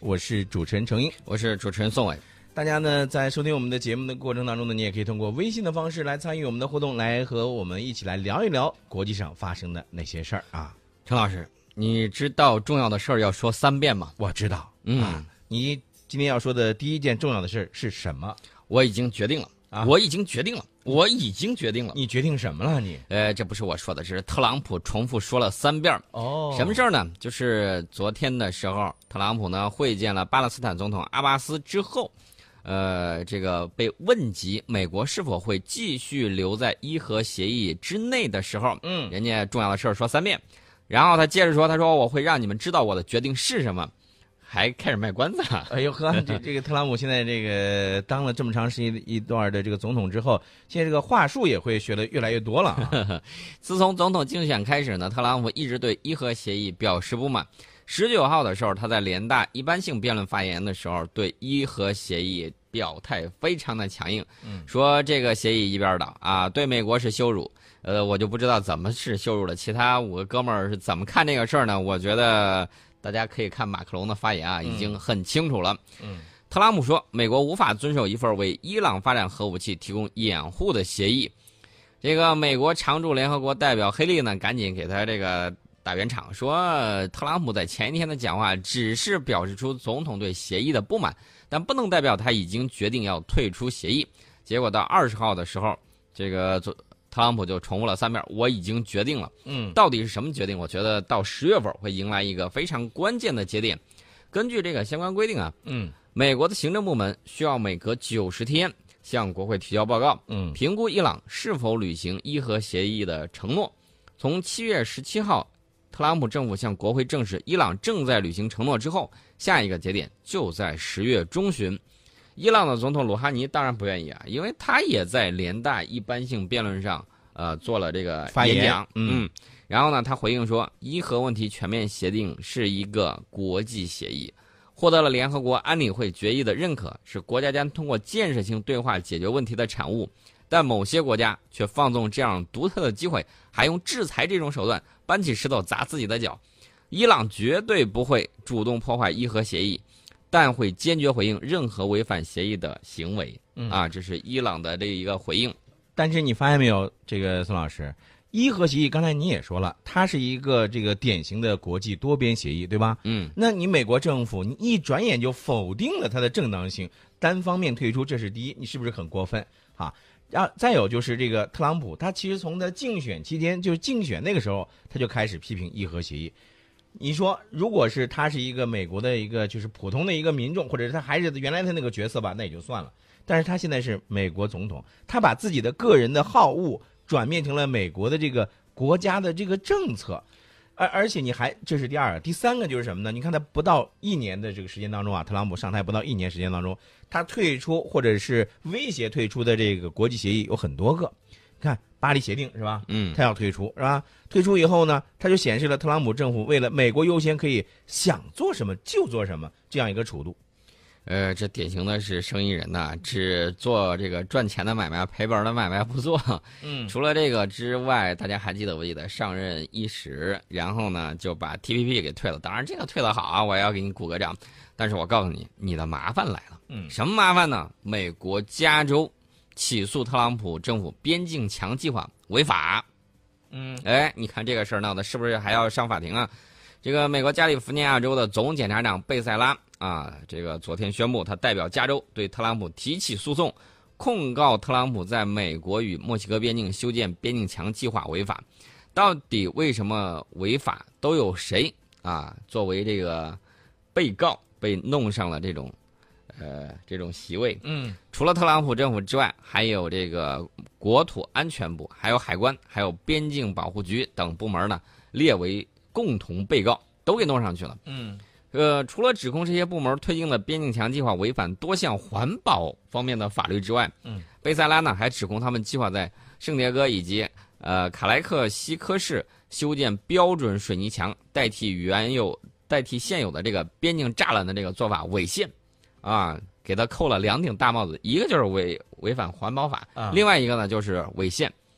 我是主持人程英， 我是主持人宋伟。 大家呢在收听我们的节目的过程当中呢，你也可以通过微信的方式来参与我们的互动，来和我们一起来聊一聊国际上发生的那些事儿啊。 陈老师，你知道重要的事儿要说3遍吗？ 我知道。你今天要说的第一件重要的事儿是什么？ 我已经决定了。我已经决定了。 你决定什么了你？ 这不是我说的，是特朗普重复说了3遍。什么事儿呢？就是昨天的时候，特朗普呢会见了巴勒斯坦总统阿巴斯之后，这个被问及美国是否会继续留在伊核协议之内的时候，人家重要的事儿说3遍，然后他接着说，他说我会让你们知道我的决定是什么。还开始卖关子了。 哎呦呵，这个特朗普现在这个当了这么长时间一段的这个总统之后，现在这个话术也会学得越来越多了啊。 自从总统竞选开始呢，特朗普一直对伊核协议表示不满。19号的时候，他在联大一般性辩论发言的时候，对伊核协议表态非常的强硬，说这个协议一边倒啊，对美国是羞辱。我就不知道怎么是羞辱了，其他5个哥们儿是怎么看这个事儿呢？我觉得大家可以看马克龙的发言啊，已经很清楚了。特朗普说，美国无法遵守一份为伊朗发展核武器提供掩护的协议。这个美国常驻联合国代表黑利呢，赶紧给他这个打圆场，说特朗普在前一天的讲话只是表示出总统对协议的不满，但不能代表他已经决定要退出协议。结果到20号的时候，这个特朗普就重复了3遍，我已经决定了。到底是什么决定？我觉得到10月份会迎来一个非常关键的节点。根据这个相关规定啊，美国的行政部门需要每隔90天向国会提交报告，评估伊朗是否履行伊核协议的承诺。从7月17号，特朗普政府向国会证实伊朗正在履行承诺之后，下一个节点就在10月中旬。伊朗的总统鲁哈尼当然不愿意啊，因为他也在联大一般性辩论上做了这个演讲。然后呢，他回应说，伊核问题全面协定是一个国际协议，获得了联合国安理会决议的认可，是国家间通过建设性对话解决问题的产物。但某些国家却放纵这样独特的机会，还用制裁这种手段搬起石头砸自己的脚。伊朗绝对不会主动破坏伊核协议，但会坚决回应任何违反协议的行为。这是伊朗的这一个回应。 但是你发现没有，这个宋老师，伊核协议刚才你也说了，它是一个这个典型的国际多边协议，对吧？那你美国政府你一转眼就否定了它的正当性，单方面退出，这是第一，你是不是很过分啊？再有就是这个特朗普，他其实从他竞选期间，就是竞选那个时候，他就开始批评伊核协议。你说，如果是他是一个美国的一个就是普通的一个民众，或者是他还是原来的那个角色吧，那也就算了。但是他现在是美国总统，他把自己的个人的好恶转变成了美国的这个国家的这个政策，而且这是第二个，第三个就是什么呢？你看他不到1年的这个时间当中啊，特朗普上台不到1年时间当中，他退出或者是威胁退出的这个国际协议有很多个。你看巴黎协定是吧？他要退出是吧？退出以后呢，他就显示了特朗普政府为了美国优先，可以想做什么就做什么这样一个处度。 这典型的是生意人呐，只做这个赚钱的买卖，赔本的买卖不做。除了这个之外，大家还记得上任伊始，然后呢就把 TPP 给退了。当然这个退得好啊，我也要给你鼓个掌。但是我告诉你，你的麻烦来了。什么麻烦呢？美国加州起诉特朗普政府边境墙计划违法。你看这个事儿闹的是不是还要上法庭啊？这个美国加利福尼亚州的总检察长贝塞拉这个昨天宣布，他代表加州对特朗普提起诉讼，控告特朗普在美国与墨西哥边境修建边境墙计划违法。到底为什么违法？都有谁作为这个被告被弄上了这种席位？除了特朗普政府之外，还有这个国土安全部，还有海关，还有边境保护局等部门呢，列为共同被告，都给弄上去了。除了指控这些部门推进的边境墙计划违反多项环保方面的法律之外，贝塞拉呢还指控他们计划在圣迭戈以及卡莱克西科市修建标准水泥墙，代替现有的这个边境栅栏的这个做法违宪给他扣了2顶大帽子，一个就是违反环保法，另外一个呢就是违宪。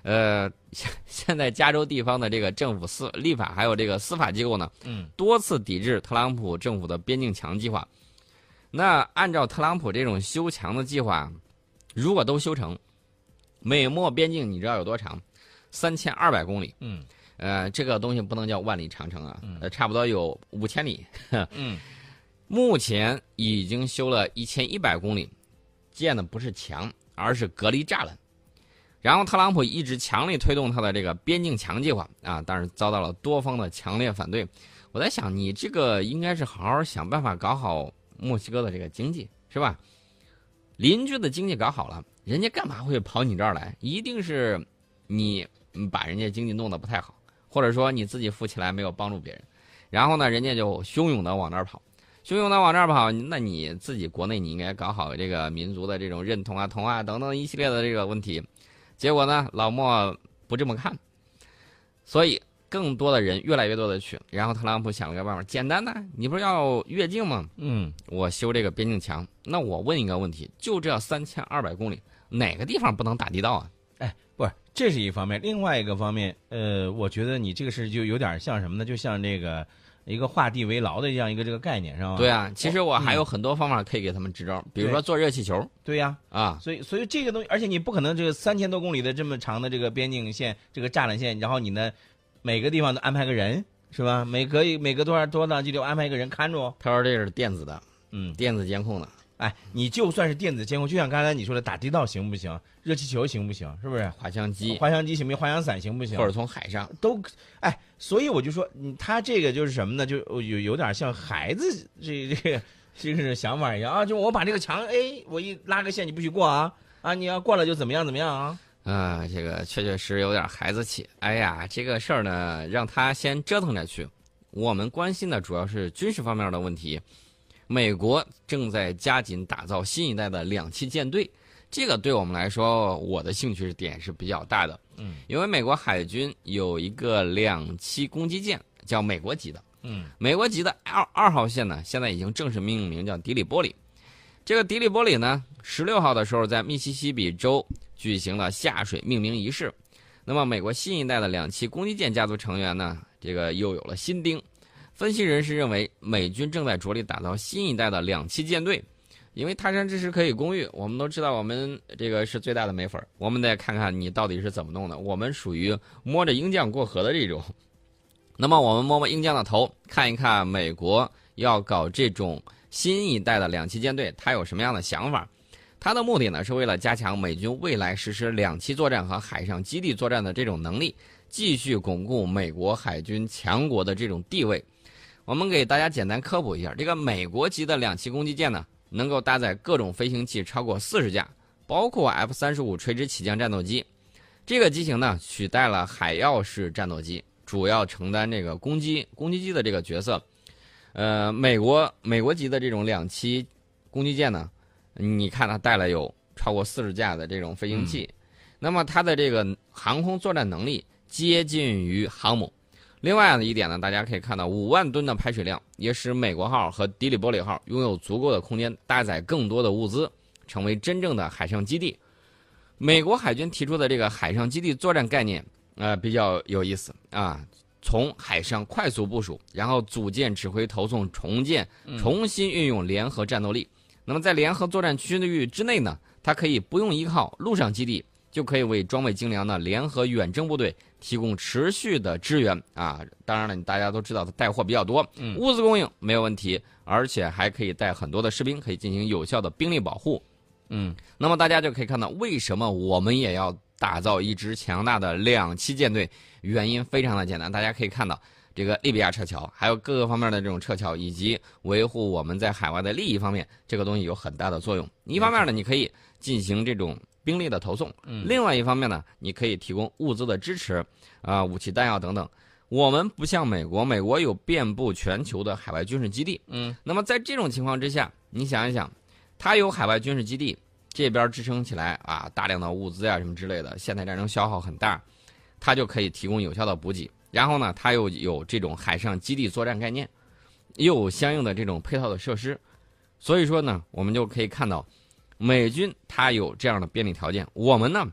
现在加州地方的这个政府立法还有这个司法机构呢，多次抵制特朗普政府的边境墙计划。那按照特朗普这种修墙的计划，如果都修成，美墨边境你知道有多长？3200公里。这个东西不能叫万里长城啊，差不多有5000里。目前已经修了1100公里，建的不是墙，而是隔离栅栏。然后特朗普一直强力推动他的这个边境墙计划啊，但是遭到了多方的强烈反对。我在想，你这个应该是好好想办法搞好墨西哥的这个经济，是吧？邻居的经济搞好了，人家干嘛会跑你这儿来？一定是你把人家经济弄得不太好，或者说你自己富起来没有帮助别人，然后呢，人家就汹涌的往那儿跑。那你自己国内你应该搞好这个民族的这种认同啊、同化等等一系列的这个问题。结果呢，老莫不这么看，所以更多的人越来越多的去。然后特朗普想了个办法，简单的，你不是要越境吗？我修这个边境墙。那我问一个问题，就这3200公里，哪个地方不能打地道啊？ 不是，这是一方面。另外一个方面，我觉得你这个是就有点像什么呢？就像这个一个画地为牢的这样一个这个概念，是吧？ 对啊，其实我还有很多方法可以给他们支招，比如说做热气球。 对呀，所以这个东西，而且你不可能这个3000多公里的这么长的这个边境线，这个栅栏线，然后你呢每个地方都安排个人，是吧？每个多少距离安排一个人看着。 他说这是电子的，电子监控的。 你就算是电子监控，就像刚才你说的，打地道行不行？热气球行不行？是不是？ 滑翔机行不行？滑翔伞行不行？ 或者从海上都，所以我就说，他这个就是什么呢？就有点像孩子这个想法一样啊！就我把这个墙，我一拉个线，你不许过啊！你要过了就怎么样啊！ 这个确实有点孩子气。这个事儿呢，让他先折腾着去。我们关心的主要是军事方面的问题。美国正在加紧打造新一代的两栖舰队，这个对我们来说，我的兴趣点是比较大的。因为美国海军有一个两栖攻击舰，叫美国级的。美国级的二号舰呢，现在已经正式命名叫迪里波里。这个迪里波里呢，16号的时候在密西西比州举行了下水命名仪式。那么，美国新一代的两栖攻击舰家族成员呢，这个又有了新丁。分析人士认为，美军正在着力打造新一代的两栖舰队，因为他山之石可以攻玉。我们都知道，我们这个是最大的美粉，我们得看看你到底是怎么弄的。我们属于摸着鹰酱过河的这种。那么，我们摸摸鹰酱的头，看一看美国要搞这种新一代的两栖舰队，它有什么样的想法？它的目的呢，是为了加强美军未来实施两栖作战和海上基地作战的这种能力，继续巩固美国海军强国的这种地位。我们给大家简单科普一下，这个美国级的两栖攻击舰呢，能够搭载各种飞行器超过40架，包括 F-35垂直起降战斗机。这个机型呢，取代了海鹞式战斗机，主要承担这个攻击机的这个角色。美国级的这种两栖攻击舰呢，你看它带了有超过40架的这种飞行器，那么它的这个航空作战能力接近于航母。另外的一点呢，大家可以看到5万吨的排水量，也使美国号和迪里波里号拥有足够的空间搭载更多的物资，成为真正的海上基地。美国海军提出的这个海上基地作战概念，比较有意思啊。从海上快速部署，然后组建、指挥、投送、重建、重新运用联合战斗力。那么在联合作战区域之内呢，它可以不用依靠陆上基地，就可以为装备精良的联合远征部队提供持续的支援啊！当然了，大家都知道它带货比较多，物资供应没有问题，而且还可以带很多的士兵，可以进行有效的兵力保护。那么大家就可以看到，为什么我们也要打造一支强大的两栖舰队？原因非常的简单，大家可以看到，这个利比亚撤侨，还有各个方面的这种撤侨，以及维护我们在海外的利益方面，这个东西有很大的作用。一方面呢，你可以进行这种兵力的投送，另外一方面呢，你可以提供物资的支持，武器弹药等等。我们不像美国，美国有遍布全球的海外军事基地，那么在这种情况之下，你想一想，它有海外军事基地，这边支撑起来大量的物资什么之类的，现代战争消耗很大，它就可以提供有效的补给。然后呢，它又有这种海上基地作战概念，又有相应的这种配套的设施，所以说呢，我们就可以看到，美军它有这样的便利条件，我们呢，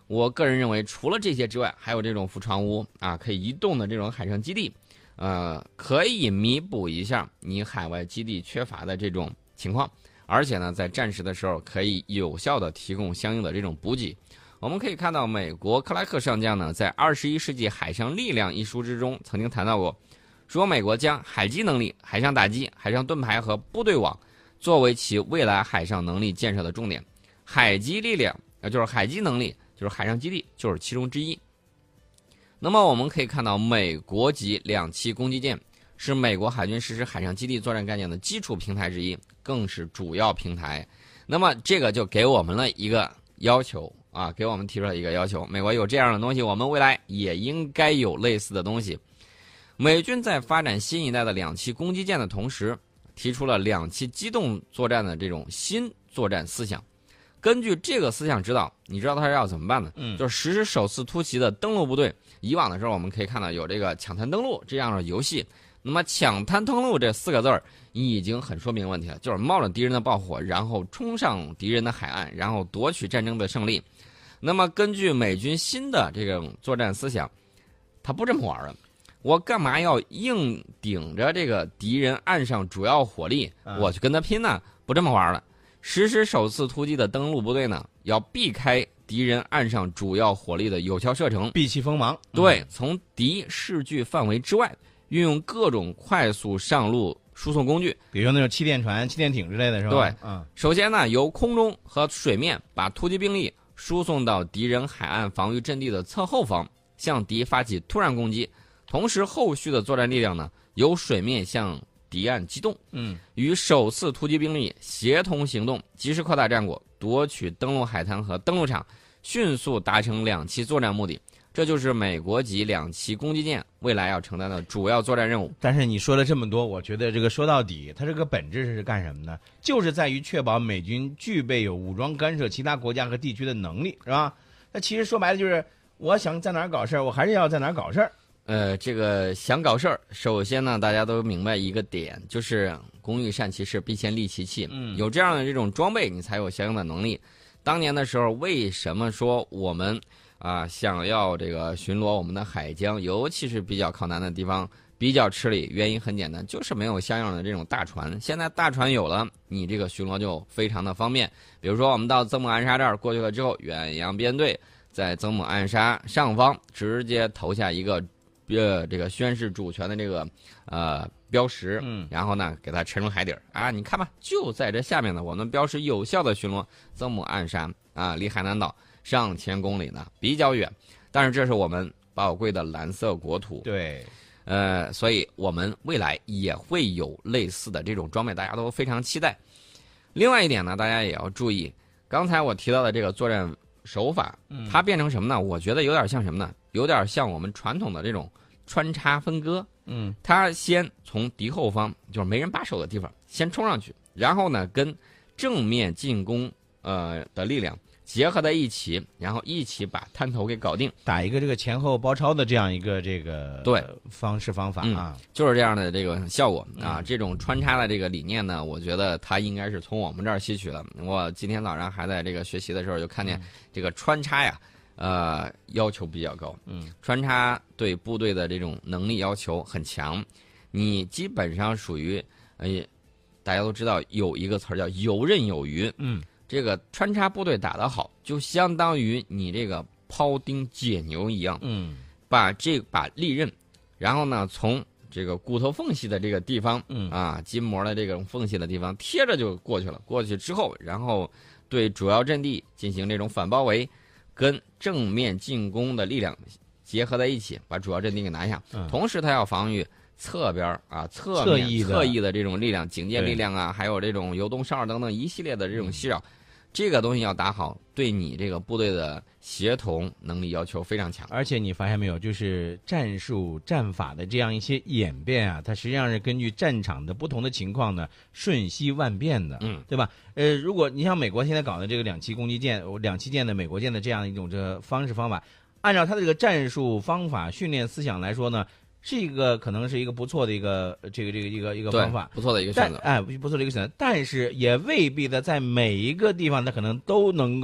我个人认为，除了这些之外，还有这种浮船坞啊，可以移动的这种海上基地，可以弥补一下你海外基地缺乏的这种情况，而且呢，在战时的时候可以有效的提供相应的这种补给。我们可以看到，美国克莱克上将呢，在《21世纪海上力量》一书之中曾经谈到过，说美国将海基能力、海上打击、海上盾牌和部队网作为其未来海上能力建设的重点。海基力量，就是海基能力，就是海上基地，就是其中之一。那么我们可以看到，美国级两栖攻击舰是美国海军实施海上基地作战概念的基础平台之一，更是主要平台。那么这个就给我们了一个要求啊，给我们提出了一个要求：美国有这样的东西，我们未来也应该有类似的东西。美军在发展新一代的两栖攻击舰的同时，提出了两栖机动作战的这种新作战思想。根据这个思想指导，你知道它是要怎么办呢？就是实施首次突袭的登陆部队。以往的时候，我们可以看到有这个抢滩登陆这样的游戏。那么抢滩登陆这4个字儿已经很说明问题了，就是冒着敌人的炮火，然后冲上敌人的海岸，然后夺取战争的胜利。那么根据美军新的这种作战思想，他不这么玩了。我干嘛要硬顶着这个敌人岸上主要火力，我去跟他拼呢？不这么玩了。实施首次突击的登陆部队呢，要避开敌人岸上主要火力的有效射程， 避其锋芒。 对，从敌视距范围之外，运用各种快速上路输送工具， 比如说那种气垫船、气垫艇之类的，是吧？ 对，首先呢，由空中和水面把突击兵力输送到敌人海岸防御阵地的侧后方，向敌发起突然攻击。同时，后续的作战力量呢，由水面向敌岸机动，与首次突击兵力协同行动，及时扩大战果，夺取登陆海滩和登陆场，迅速达成两栖作战目的。这就是美国级两栖攻击舰未来要承担的主要作战任务。 但是你说了这么多，我觉得这个说到底，它这个本质是干什么呢？就是在于确保美军具备有武装干涉其他国家和地区的能力，是吧？那其实说白了就是，我想在哪儿搞事儿，我还是要在哪儿搞事儿。 这个想搞事儿，首先呢，大家都明白一个点，就是工欲善其事，必先利其器。有这样的这种装备，你才有相应的能力。当年的时候，为什么说我们想要这个巡逻我们的海疆，尤其是比较靠南的地方，比较吃力？原因很简单，就是没有相应的这种大船。现在大船有了，你这个巡逻就非常的方便。比如说，我们到曾母暗沙这儿过去了之后，远洋编队在曾母暗沙上方直接投下一个这个宣示主权的这个标识，然后呢给它沉入海底啊，你看吧，就在这下面呢，我们标识有效的巡逻曾母暗沙啊，离海南岛上千公里呢，比较远，但是这是我们宝贵的蓝色国土， 对， 所以我们未来也会有类似的这种装备，大家都非常期待。另外一点呢，大家也要注意，刚才我提到的这个作战手法，它变成什么呢？我觉得有点像什么呢？有点像我们传统的这种穿插分割。它先从敌后方，就是没人把守的地方，先冲上去，然后呢，跟正面进攻的力量结合在一起，然后一起把滩头给搞定， 打一个这个前后包抄的这样一个这个对方法啊， 就是这样的这个效果啊。这种穿插的这个理念呢，我觉得它应该是从我们这儿吸取的。我今天早上还在这个学习的时候，就看见这个穿插呀，要求比较高。穿插对部队的这种能力要求很强，你基本上属于大家都知道有一个词儿叫游刃有余。这个穿插部队打得好，就相当于你这个庖丁解牛一样，把这把利刃，然后呢从这个骨头缝隙的这个地方，筋膜的这种缝隙的地方贴着就过去了。过去之后，然后对主要阵地进行这种反包围，跟正面进攻的力量结合在一起，把主要阵地给拿下。同时，它要防御侧边侧翼的这种力量、警戒力量啊，还有这种游动哨等等一系列的这种袭扰。这个东西要打好，对你这个部队的协同能力要求非常强。 而且你发现没有，就是战术战法的这样一些演变啊，它实际上是根据战场的不同的情况呢，瞬息万变的，对吧？如果你像美国现在搞的这个两栖攻击舰、两栖舰的美国舰的这样一种这方式方法，按照它的这个战术方法训练思想来说呢，是一个可能是一个不错的一个一个方法， 不错的一个选择， 不错的一个选择，但是也未必的在每一个地方它可能都能够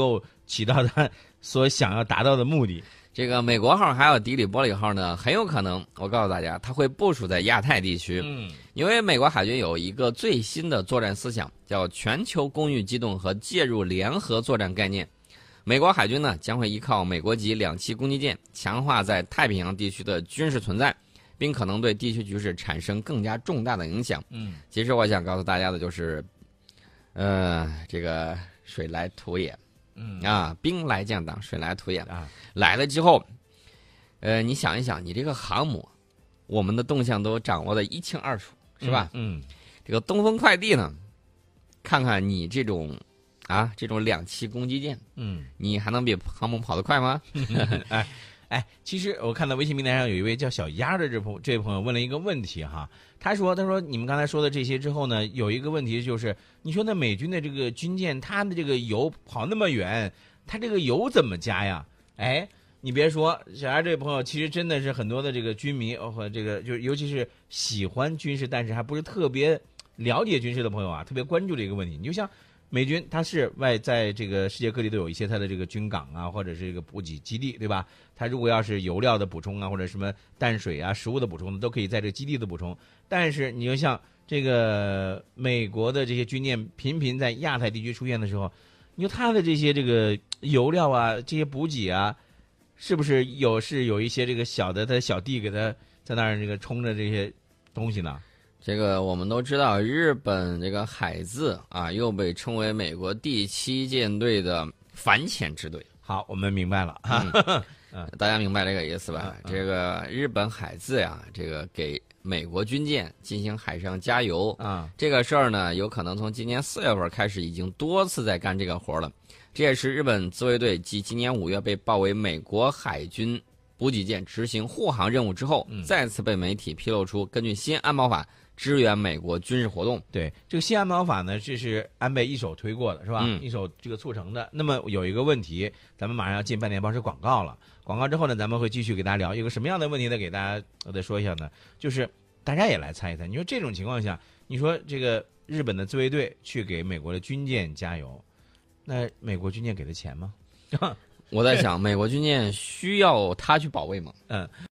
起到他所想要达到的目的。 这个美国号还有迪里波里号呢，很有可能，我告诉大家，它会部署在亚太地区。因为美国海军有一个最新的作战思想，叫全球公域机动和介入联合作战概念。美国海军呢将会依靠美国级两栖攻击舰，强化在太平洋地区的军事存在，并可能对地区局势产生更加重大的影响。其实我想告诉大家的就是，这个水来土掩。兵来将挡，水来土掩啊！来了之后，你想一想，你这个航母，我们的动向都掌握的一清二楚，是吧？这个东风快递呢，看看你这种两栖攻击舰，你还能比航母跑得快吗？ 其实我看到微信平台上有一位叫小鸭的这位朋友问了一个问题哈，他说你们刚才说的这些之后呢，有一个问题就是，你说那美军的这个军舰，它的这个油跑那么远，它这个油怎么加呀？你别说，小鸭这位朋友其实真的是很多的这个军迷和这个就尤其是喜欢军事但是还不是特别了解军事的朋友啊，特别关注这个问题。你就像美军，它是在这个世界各地都有一些它的这个军港啊，或者是这个补给基地，对吧？它如果要是油料的补充啊，或者什么淡水啊、食物的补充，都可以在这个基地的补充。但是你就像这个美国的这些军舰频频在亚太地区出现的时候，你说它的这些这个油料啊、这些补给啊，是不是有一些这个小的它小弟给它在那儿这个冲着这些东西呢？ 这个我们都知道，日本这个海自啊，又被称为美国第7舰队的反潜支队。 好，我们明白了。 大家明白这个意思吧？这个日本海自呀，这个给美国军舰进行海上加油啊，这个事儿呢，有可能从今年4月份开始，已经多次在干这个活了。这也是日本自卫队继今年5月被报为美国海军补给舰执行护航任务之后，再次被媒体披露出根据新安保法支援美国军事活动。 对，这个新安保法呢，这是安倍一手推过的，是吧？一手这个促成的。那么有一个问题，咱们马上要进半点报时广告了。广告之后呢，咱们会继续给大家聊。有个什么样的问题呢？给大家再说一下呢？就是大家也来猜一猜，你说这种情况下，你说这个日本的自卫队去给美国的军舰加油，那美国军舰给他钱吗？ 我在想，美国军舰需要他去保卫吗？